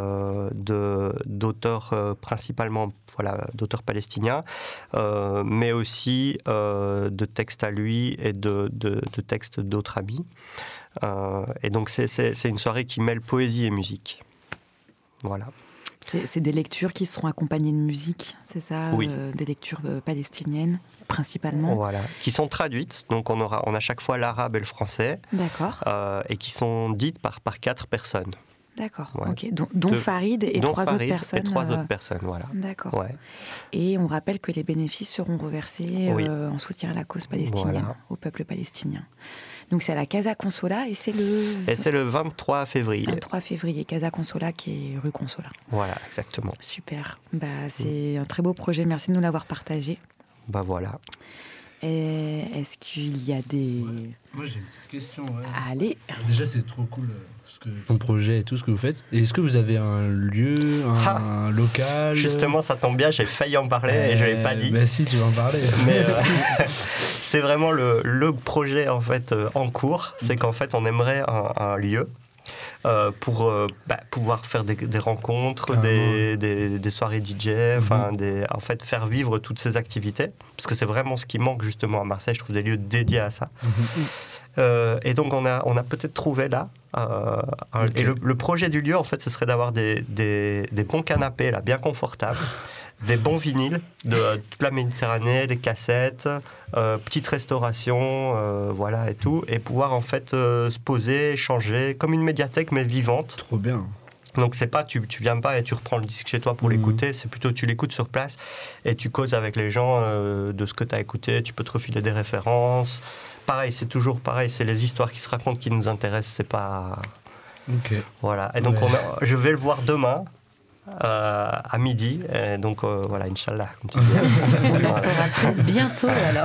d'auteurs principalement d'auteurs palestiniens, mais aussi de textes à lui et de textes d'autres amis. Et donc c'est une soirée qui mêle poésie et musique. Voilà. C'est des lectures qui seront accompagnées de musique, c'est ça? Oui. Des lectures palestiniennes, principalement. Voilà, qui sont traduites. Donc on a chaque fois l'arabe et le français. D'accord. Et qui sont dites par 4 personnes. D'accord, Ouais. ok. Dont Farid et 3 autres personnes. Et 3 autres personnes, voilà. D'accord. Ouais. Et on rappelle que les bénéfices seront reversés Oui. En soutien à la cause palestinienne, Voilà. au peuple palestinien. Donc c'est à la Casa Consola et c'est le... Et c'est le 23 février. 23 février, Casa Consola qui est rue Consola. Voilà, exactement. Super. C'est un très beau projet. Merci de nous l'avoir partagé. Bah voilà. Et est-ce qu'il y a des... Ouais. Moi j'ai une petite question. Ouais. Allez. Déjà c'est trop cool ton projet et tout ce que vous faites. Et est-ce que vous avez un lieu, un local? Justement, ça tombe bien, j'ai failli en parler et je ne l'ai pas dit. Mais si, tu vas en parler. Mais c'est vraiment le projet en fait en cours. C'est qu'en fait on aimerait un lieu pour pouvoir faire des rencontres, des soirées DJ, en fait faire vivre toutes ces activités, parce que c'est vraiment ce qui manque justement à Marseille, je trouve, des lieux dédiés à ça. Et donc on a peut-être trouvé là, et le projet du lieu en fait ce serait d'avoir des bons canapés là, bien confortables, des bons vinyles de toute la Méditerranée, des cassettes, petite restauration, voilà et tout, et pouvoir en fait se poser, échanger, comme une médiathèque mais vivante. Trop bien. Donc c'est pas tu viens pas et tu reprends le disque chez toi pour l'écouter, c'est plutôt tu l'écoutes sur place et tu causes avec les gens de ce que tu as écouté, tu peux te refiler des références. Pareil, c'est toujours pareil, c'est les histoires qui se racontent qui nous intéressent, c'est pas... Ok. Voilà, et donc je vais le voir demain à midi, et donc voilà, Inch'Allah, comme tu dis. On en saura plus bientôt alors.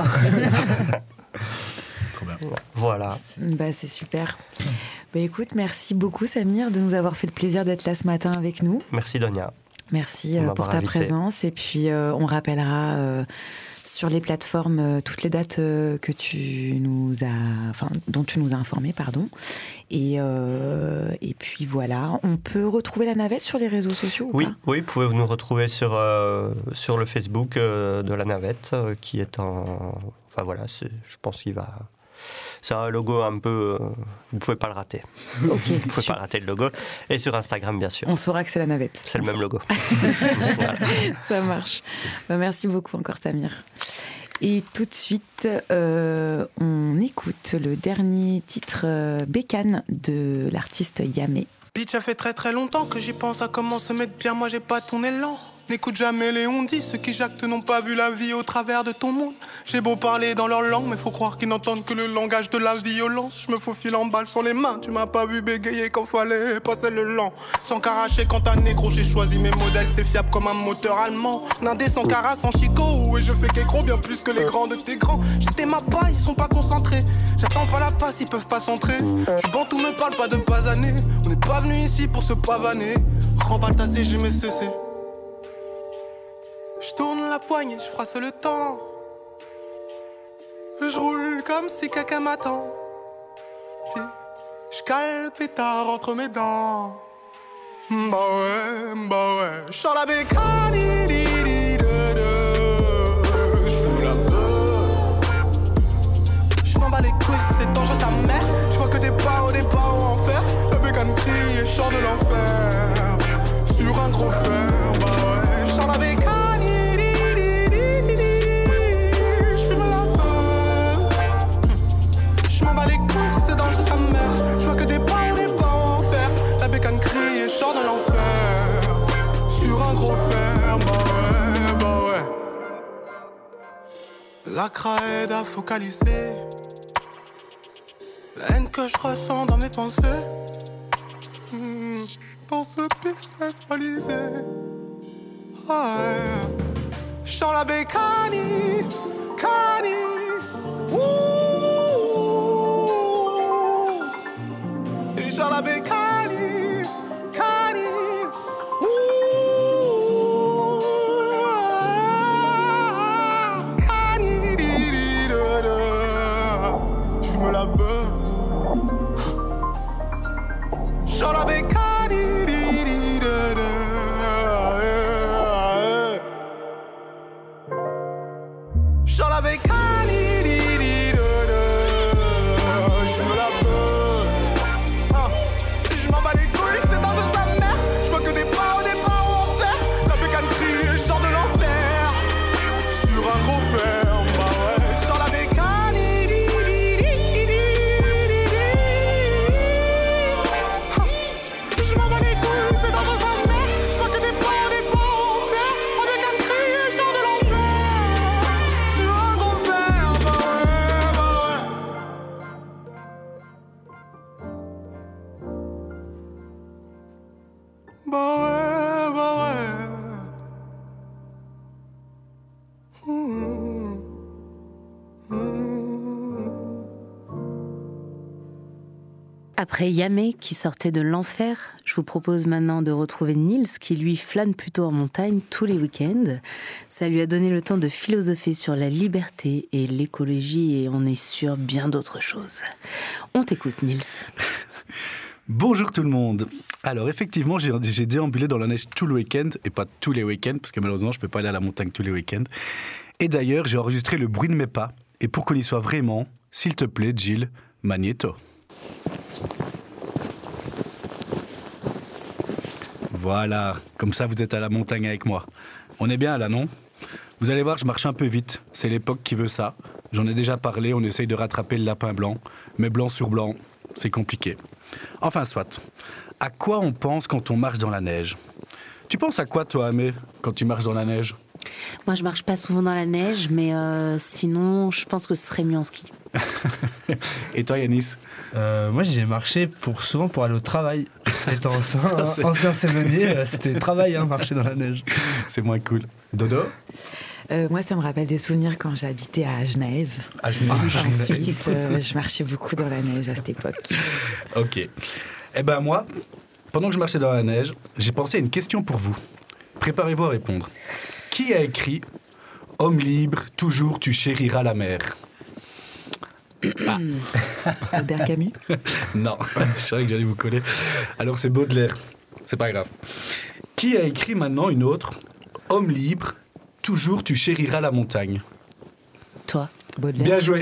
Trop bien. Voilà. C'est super. Écoute, merci beaucoup Samir de nous avoir fait le plaisir d'être là ce matin avec nous. Merci Donia. Merci pour ta présence. Et puis on rappellera sur les plateformes toutes les dates dont tu nous as informés, pardon. Et puis voilà, on peut retrouver la navette sur les réseaux sociaux ou pas? Oui, vous pouvez nous retrouver sur le Facebook de la navette qui est enfin voilà, je pense qu'il va... C'est un logo un peu... vous ne pouvez pas le rater. Ok. Vous ne pouvez pas rater le logo. Et sur Instagram, bien sûr. On saura que c'est la navette. C'est le même logo. Voilà. Ça marche. Merci beaucoup encore, Samir. Et tout de suite, on écoute le dernier titre Bécane de l'artiste Yamé. Bitch, ça fait très très longtemps que j'y pense à comment se mettre bien. Moi j'ai pas ton élan. N'écoute jamais les on-dit, ceux qui jactent n'ont pas vu la vie au travers de ton monde. J'ai beau parler dans leur langue, mais faut croire qu'ils n'entendent que le langage de la violence. Je me faufile en balle sur les mains, tu m'as pas vu bégayer quand fallait passer le lent. Sans caracher quand t'as négro, j'ai choisi mes modèles, c'est fiable comme un moteur allemand. Nindé sans cara, sans chicot, et je fais qu'écro bien plus que les grands de tes grands. J'étais ma paille, ils sont pas concentrés. J'attends pas la passe, ils peuvent pas s'entrer. Je bantou me parle pas de basaner. On n'est pas venu ici pour se pavaner. Remballe ta CG, mais cessé. Je tourne la poignée, je froisse le temps. Je roule comme si quelqu'un m'attend. Puis je cale pétard entre mes dents. Bah ouais. Je sors la bécane. Je fume la beuh. Je m'en bats les couilles, c'est dangereux sa mère. Je vois que des barreaux en enfer. La bécane crie et je sors de l'enfer. Sur un gros fer, bah ouais. Je sors la bécane. C'est dangereux sa mère. Je vois que des barreaux en fer. La bécane crie et sort de l'enfer. Sur un gros fer, bah ouais. La craie à focaliser la haine que je ressens dans mes pensées. Dans ce business balisé. Ouais. Je sens la bécane. Dans la bécane, je fume la beuh. Bah ouais. Après Yamé qui sortait de l'enfer, je vous propose maintenant de retrouver Nils qui lui flâne plutôt en montagne tous les week-ends. Ça lui a donné le temps de philosopher sur la liberté et l'écologie et on est sur bien d'autres choses. On t'écoute Nils. Bonjour tout le monde. Alors effectivement, j'ai déambulé dans la neige tout le week-end, et pas tous les week-ends, parce que malheureusement je ne peux pas aller à la montagne tous les week-ends. Et d'ailleurs, j'ai enregistré le bruit de mes pas, et pour qu'on y soit vraiment, s'il te plaît, Jill, magnéto. Voilà, comme ça vous êtes à la montagne avec moi. On est bien là, non ? Vous allez voir, je marche un peu vite, c'est l'époque qui veut ça. J'en ai déjà parlé, on essaye de rattraper le lapin blanc, mais blanc sur blanc, c'est compliqué. Enfin, soit. À quoi on pense quand on marche dans la neige ? Tu penses à quoi, toi, Amé, quand tu marches dans la neige ? Moi, je marche pas souvent dans la neige, mais sinon, je pense que ce serait mieux en ski. Et toi, Yanis ? Moi, j'ai marché souvent pour aller au travail. Étant ancien saisonnier, c'était travail, marcher dans la neige. C'est moins cool. Dodo ? Moi, ça me rappelle des souvenirs quand j'habitais à Genève. À Genève. En Suisse, je marchais beaucoup dans la neige à cette époque. Ok. Eh ben moi, pendant que je marchais dans la neige, j'ai pensé à une question pour vous. Préparez-vous à répondre. Qui a écrit « Homme libre, toujours tu chériras la mer » ? Albert Camus ? Non, je savais que j'allais vous coller. Alors c'est Baudelaire. C'est pas grave. Qui a écrit maintenant une autre « Homme libre, toujours tu chériras la montagne » ? Toi ? Baudelaire. Bien joué.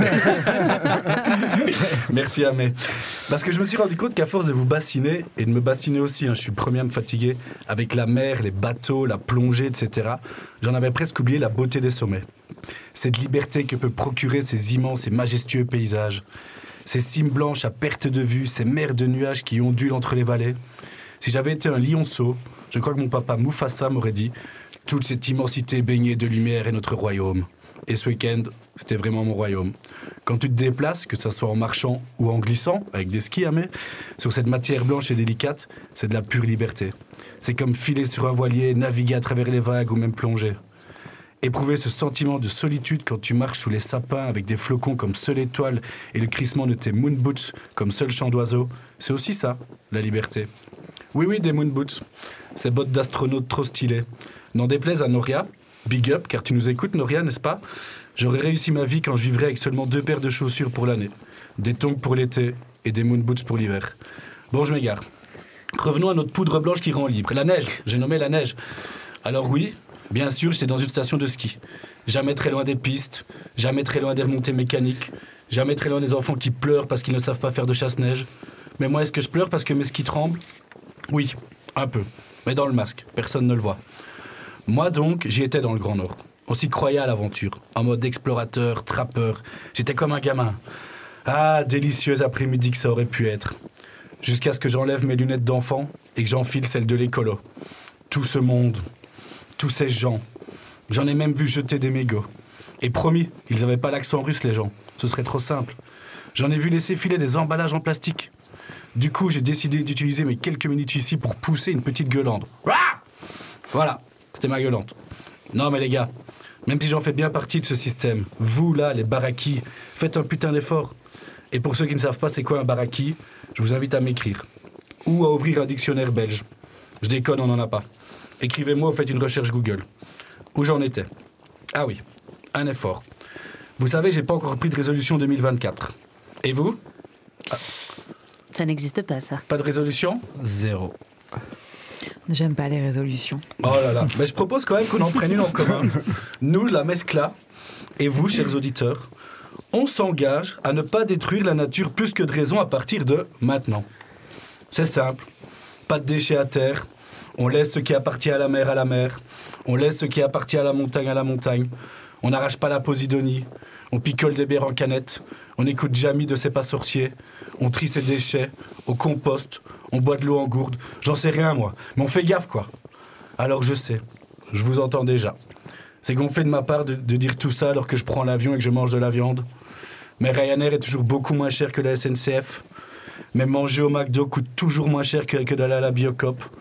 Merci Amé. Parce que je me suis rendu compte qu'à force de vous bassiner, et de me bassiner aussi, je suis le premier à me fatiguer, avec la mer, les bateaux, la plongée, etc., j'en avais presque oublié la beauté des sommets. Cette liberté que peut procurer ces immenses et majestueux paysages. Ces cimes blanches à perte de vue, ces mers de nuages qui ondulent entre les vallées. Si j'avais été un lionceau, je crois que mon papa Mufasa m'aurait dit « Toute cette immensité baignée de lumière est notre royaume ». Et ce week-end, c'était vraiment mon royaume. Quand tu te déplaces, que ce soit en marchant ou en glissant, avec des skis, Amé, sur cette matière blanche et délicate, c'est de la pure liberté. C'est comme filer sur un voilier, naviguer à travers les vagues ou même plonger. Éprouver ce sentiment de solitude quand tu marches sous les sapins avec des flocons comme seule étoile et le crissement de tes moon boots comme seul chant d'oiseau, c'est aussi ça, la liberté. Oui, des moon boots. Ces bottes d'astronaute trop stylées. N'en déplaise à Noria, big up, car tu nous écoutes, Noria, n'est-ce pas ? J'aurais réussi ma vie quand je vivrais avec seulement 2 paires de chaussures pour l'année. Des tongs pour l'été et des moon boots pour l'hiver. Bon, je m'égare. Revenons à notre poudre blanche qui rend libre. La neige, j'ai nommé la neige. Alors oui, bien sûr, j'étais dans une station de ski. Jamais très loin des pistes, jamais très loin des remontées mécaniques, jamais très loin des enfants qui pleurent parce qu'ils ne savent pas faire de chasse-neige. Mais moi, est-ce que je pleure parce que mes skis tremblent ? Oui, un peu. Mais dans le masque, personne ne le voit. Moi donc, j'y étais dans le Grand Nord. On s'y croyait à l'aventure, en mode explorateur, trappeur. J'étais comme un gamin. Ah, délicieux après-midi que ça aurait pu être. Jusqu'à ce que j'enlève mes lunettes d'enfant et que j'enfile celles de l'écolo. Tout ce monde, tous ces gens. J'en ai même vu jeter des mégots. Et promis, ils n'avaient pas l'accent russe, les gens. Ce serait trop simple. J'en ai vu laisser filer des emballages en plastique. Du coup, j'ai décidé d'utiliser mes quelques minutes ici pour pousser une petite gueulante. Voilà, c'était ma gueulante. Non mais les gars, même si j'en fais bien partie de ce système, vous là, les baraquis, faites un putain d'effort. Et pour ceux qui ne savent pas c'est quoi un baraki, je vous invite à m'écrire. Ou à ouvrir un dictionnaire belge. Je déconne, on n'en a pas. Écrivez-moi ou faites une recherche Google. Où j'en étais ? Ah oui, un effort. Vous savez, j'ai pas encore pris de résolution 2024. Et vous ? Ça n'existe pas, ça. Pas de résolution ? 0. J'aime pas les résolutions. Oh là là. Mais je propose quand même qu'on en prenne une en commun. Nous, la Mescla, et vous, chers auditeurs, on s'engage à ne pas détruire la nature plus que de raison à partir de maintenant. C'est simple. Pas de déchets à terre. On laisse ce qui appartient à la mer. On laisse ce qui appartient à la montagne. On n'arrache pas la Posidonie. On picole des bières en canette. On écoute Jamie de C'est pas sorcier. On trie ses déchets. On composte. On boit de l'eau en gourde. J'en sais rien, moi. Mais on fait gaffe, quoi. Alors je sais. Je vous entends déjà. C'est gonflé de ma part de dire tout ça alors que je prends l'avion et que je mange de la viande. Mais Ryanair est toujours beaucoup moins cher que la SNCF. Mais manger au McDo coûte toujours moins cher que d'aller à la Biocop.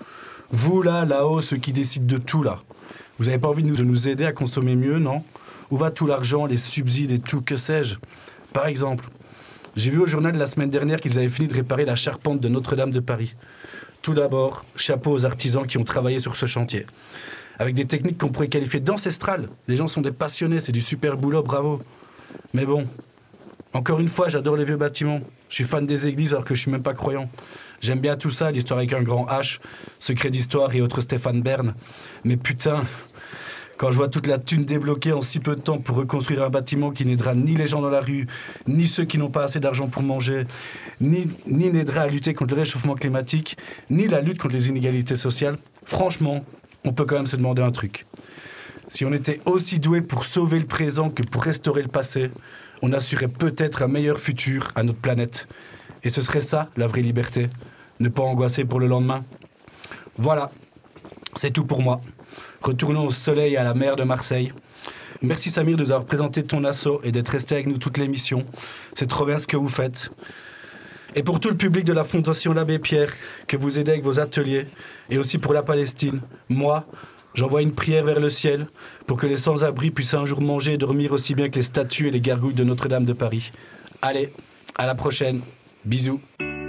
Vous là-haut, ceux qui décident de tout là. Vous n'avez pas envie de nous aider à consommer mieux, non ? Où va tout l'argent, les subsides et tout, que sais-je ? Par exemple, j'ai vu au journal la semaine dernière qu'ils avaient fini de réparer la charpente de Notre-Dame de Paris. Tout d'abord, chapeau aux artisans qui ont travaillé sur ce chantier. Avec des techniques qu'on pourrait qualifier d'ancestrales. Les gens sont des passionnés, c'est du super boulot, bravo. Mais bon, encore une fois, j'adore les vieux bâtiments. Je suis fan des églises alors que je suis même pas croyant. J'aime bien tout ça, l'histoire avec un grand H, secret d'histoire et autres Stéphane Bern. Mais putain, quand je vois toute la thune débloquée en si peu de temps pour reconstruire un bâtiment qui n'aidera ni les gens dans la rue, ni ceux qui n'ont pas assez d'argent pour manger, ni n'aidera à lutter contre le réchauffement climatique, ni la lutte contre les inégalités sociales, franchement, on peut quand même se demander un truc. Si on était aussi doué pour sauver le présent que pour restaurer le passé, on assurerait peut-être un meilleur futur à notre planète. Et ce serait ça, la vraie liberté. Ne pas angoisser pour le lendemain. Voilà, c'est tout pour moi. Retournons au soleil et à la mer de Marseille. Merci Samir de nous avoir présenté ton asso et d'être resté avec nous toute l'émission. C'est trop bien ce que vous faites. Et pour tout le public de la Fondation l'Abbé Pierre, que vous aidez avec vos ateliers, et aussi pour la Palestine, moi, j'envoie une prière vers le ciel pour que les sans-abri puissent un jour manger et dormir aussi bien que les statues et les gargouilles de Notre-Dame de Paris. Allez, à la prochaine. Bisous.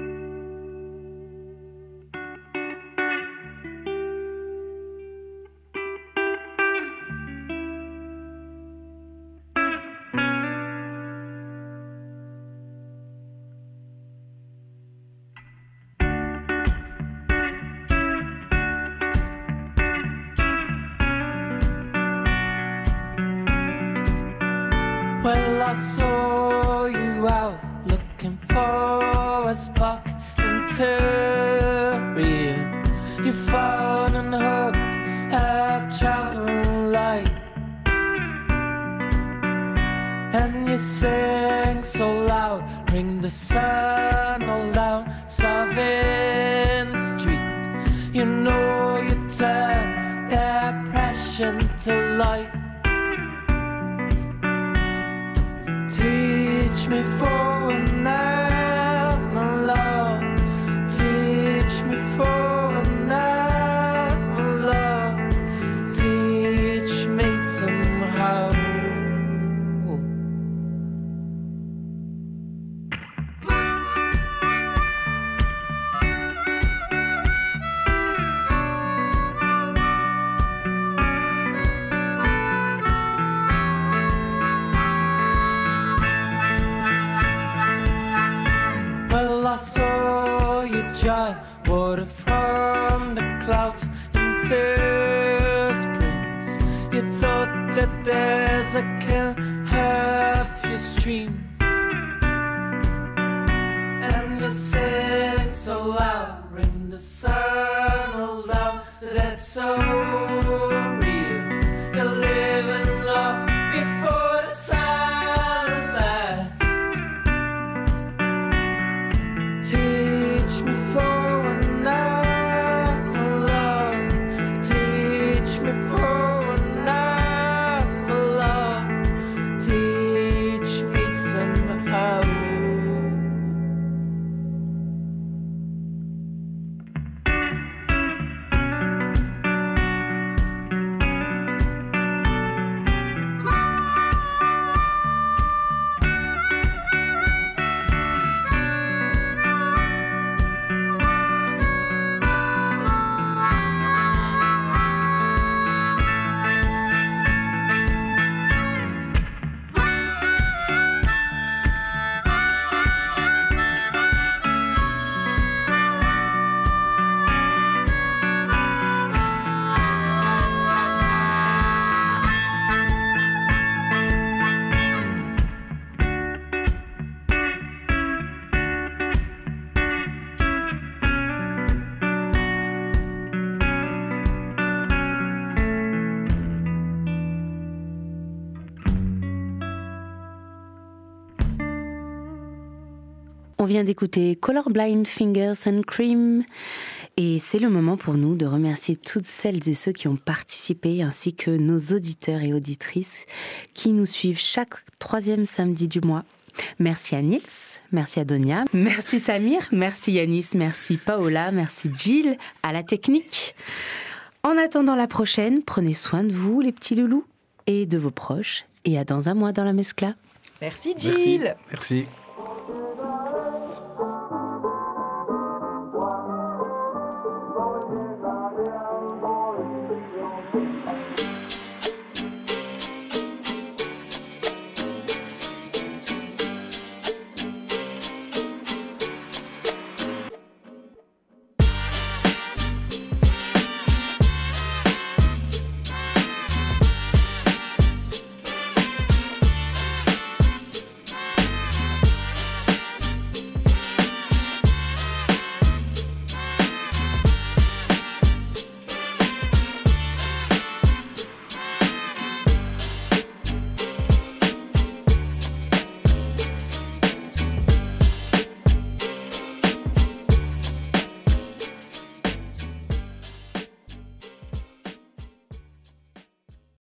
Well, I saw you out looking for a spark interior. You found and hooked a traveling light, and you sang so loud, ring the sun all down Starving Street. You know you turn depression to light. Teach me for an hour, my love. Teach me for an hour, my love. Teach me somehow. I saw you dry water from the clouds into springs. You thought that there's a kill half your streams, and you sang so loud, ring the sun all down. That's so real. You live and love before the silent last. Teach me for an hour, my love. Teach me for an hour, my love. Teach me somehow. On vient d'écouter Colorblind Fingers and Cream et c'est le moment pour nous de remercier toutes celles et ceux qui ont participé ainsi que nos auditeurs et auditrices qui nous suivent chaque 3e samedi du mois. Merci Agnès, merci Adonia, merci Samir, merci Yanis, merci Paola, merci Jill à la technique. En attendant la prochaine, prenez soin de vous les petits loulous et de vos proches et à dans un mois dans la Mescla. Merci Jill. Merci. Merci.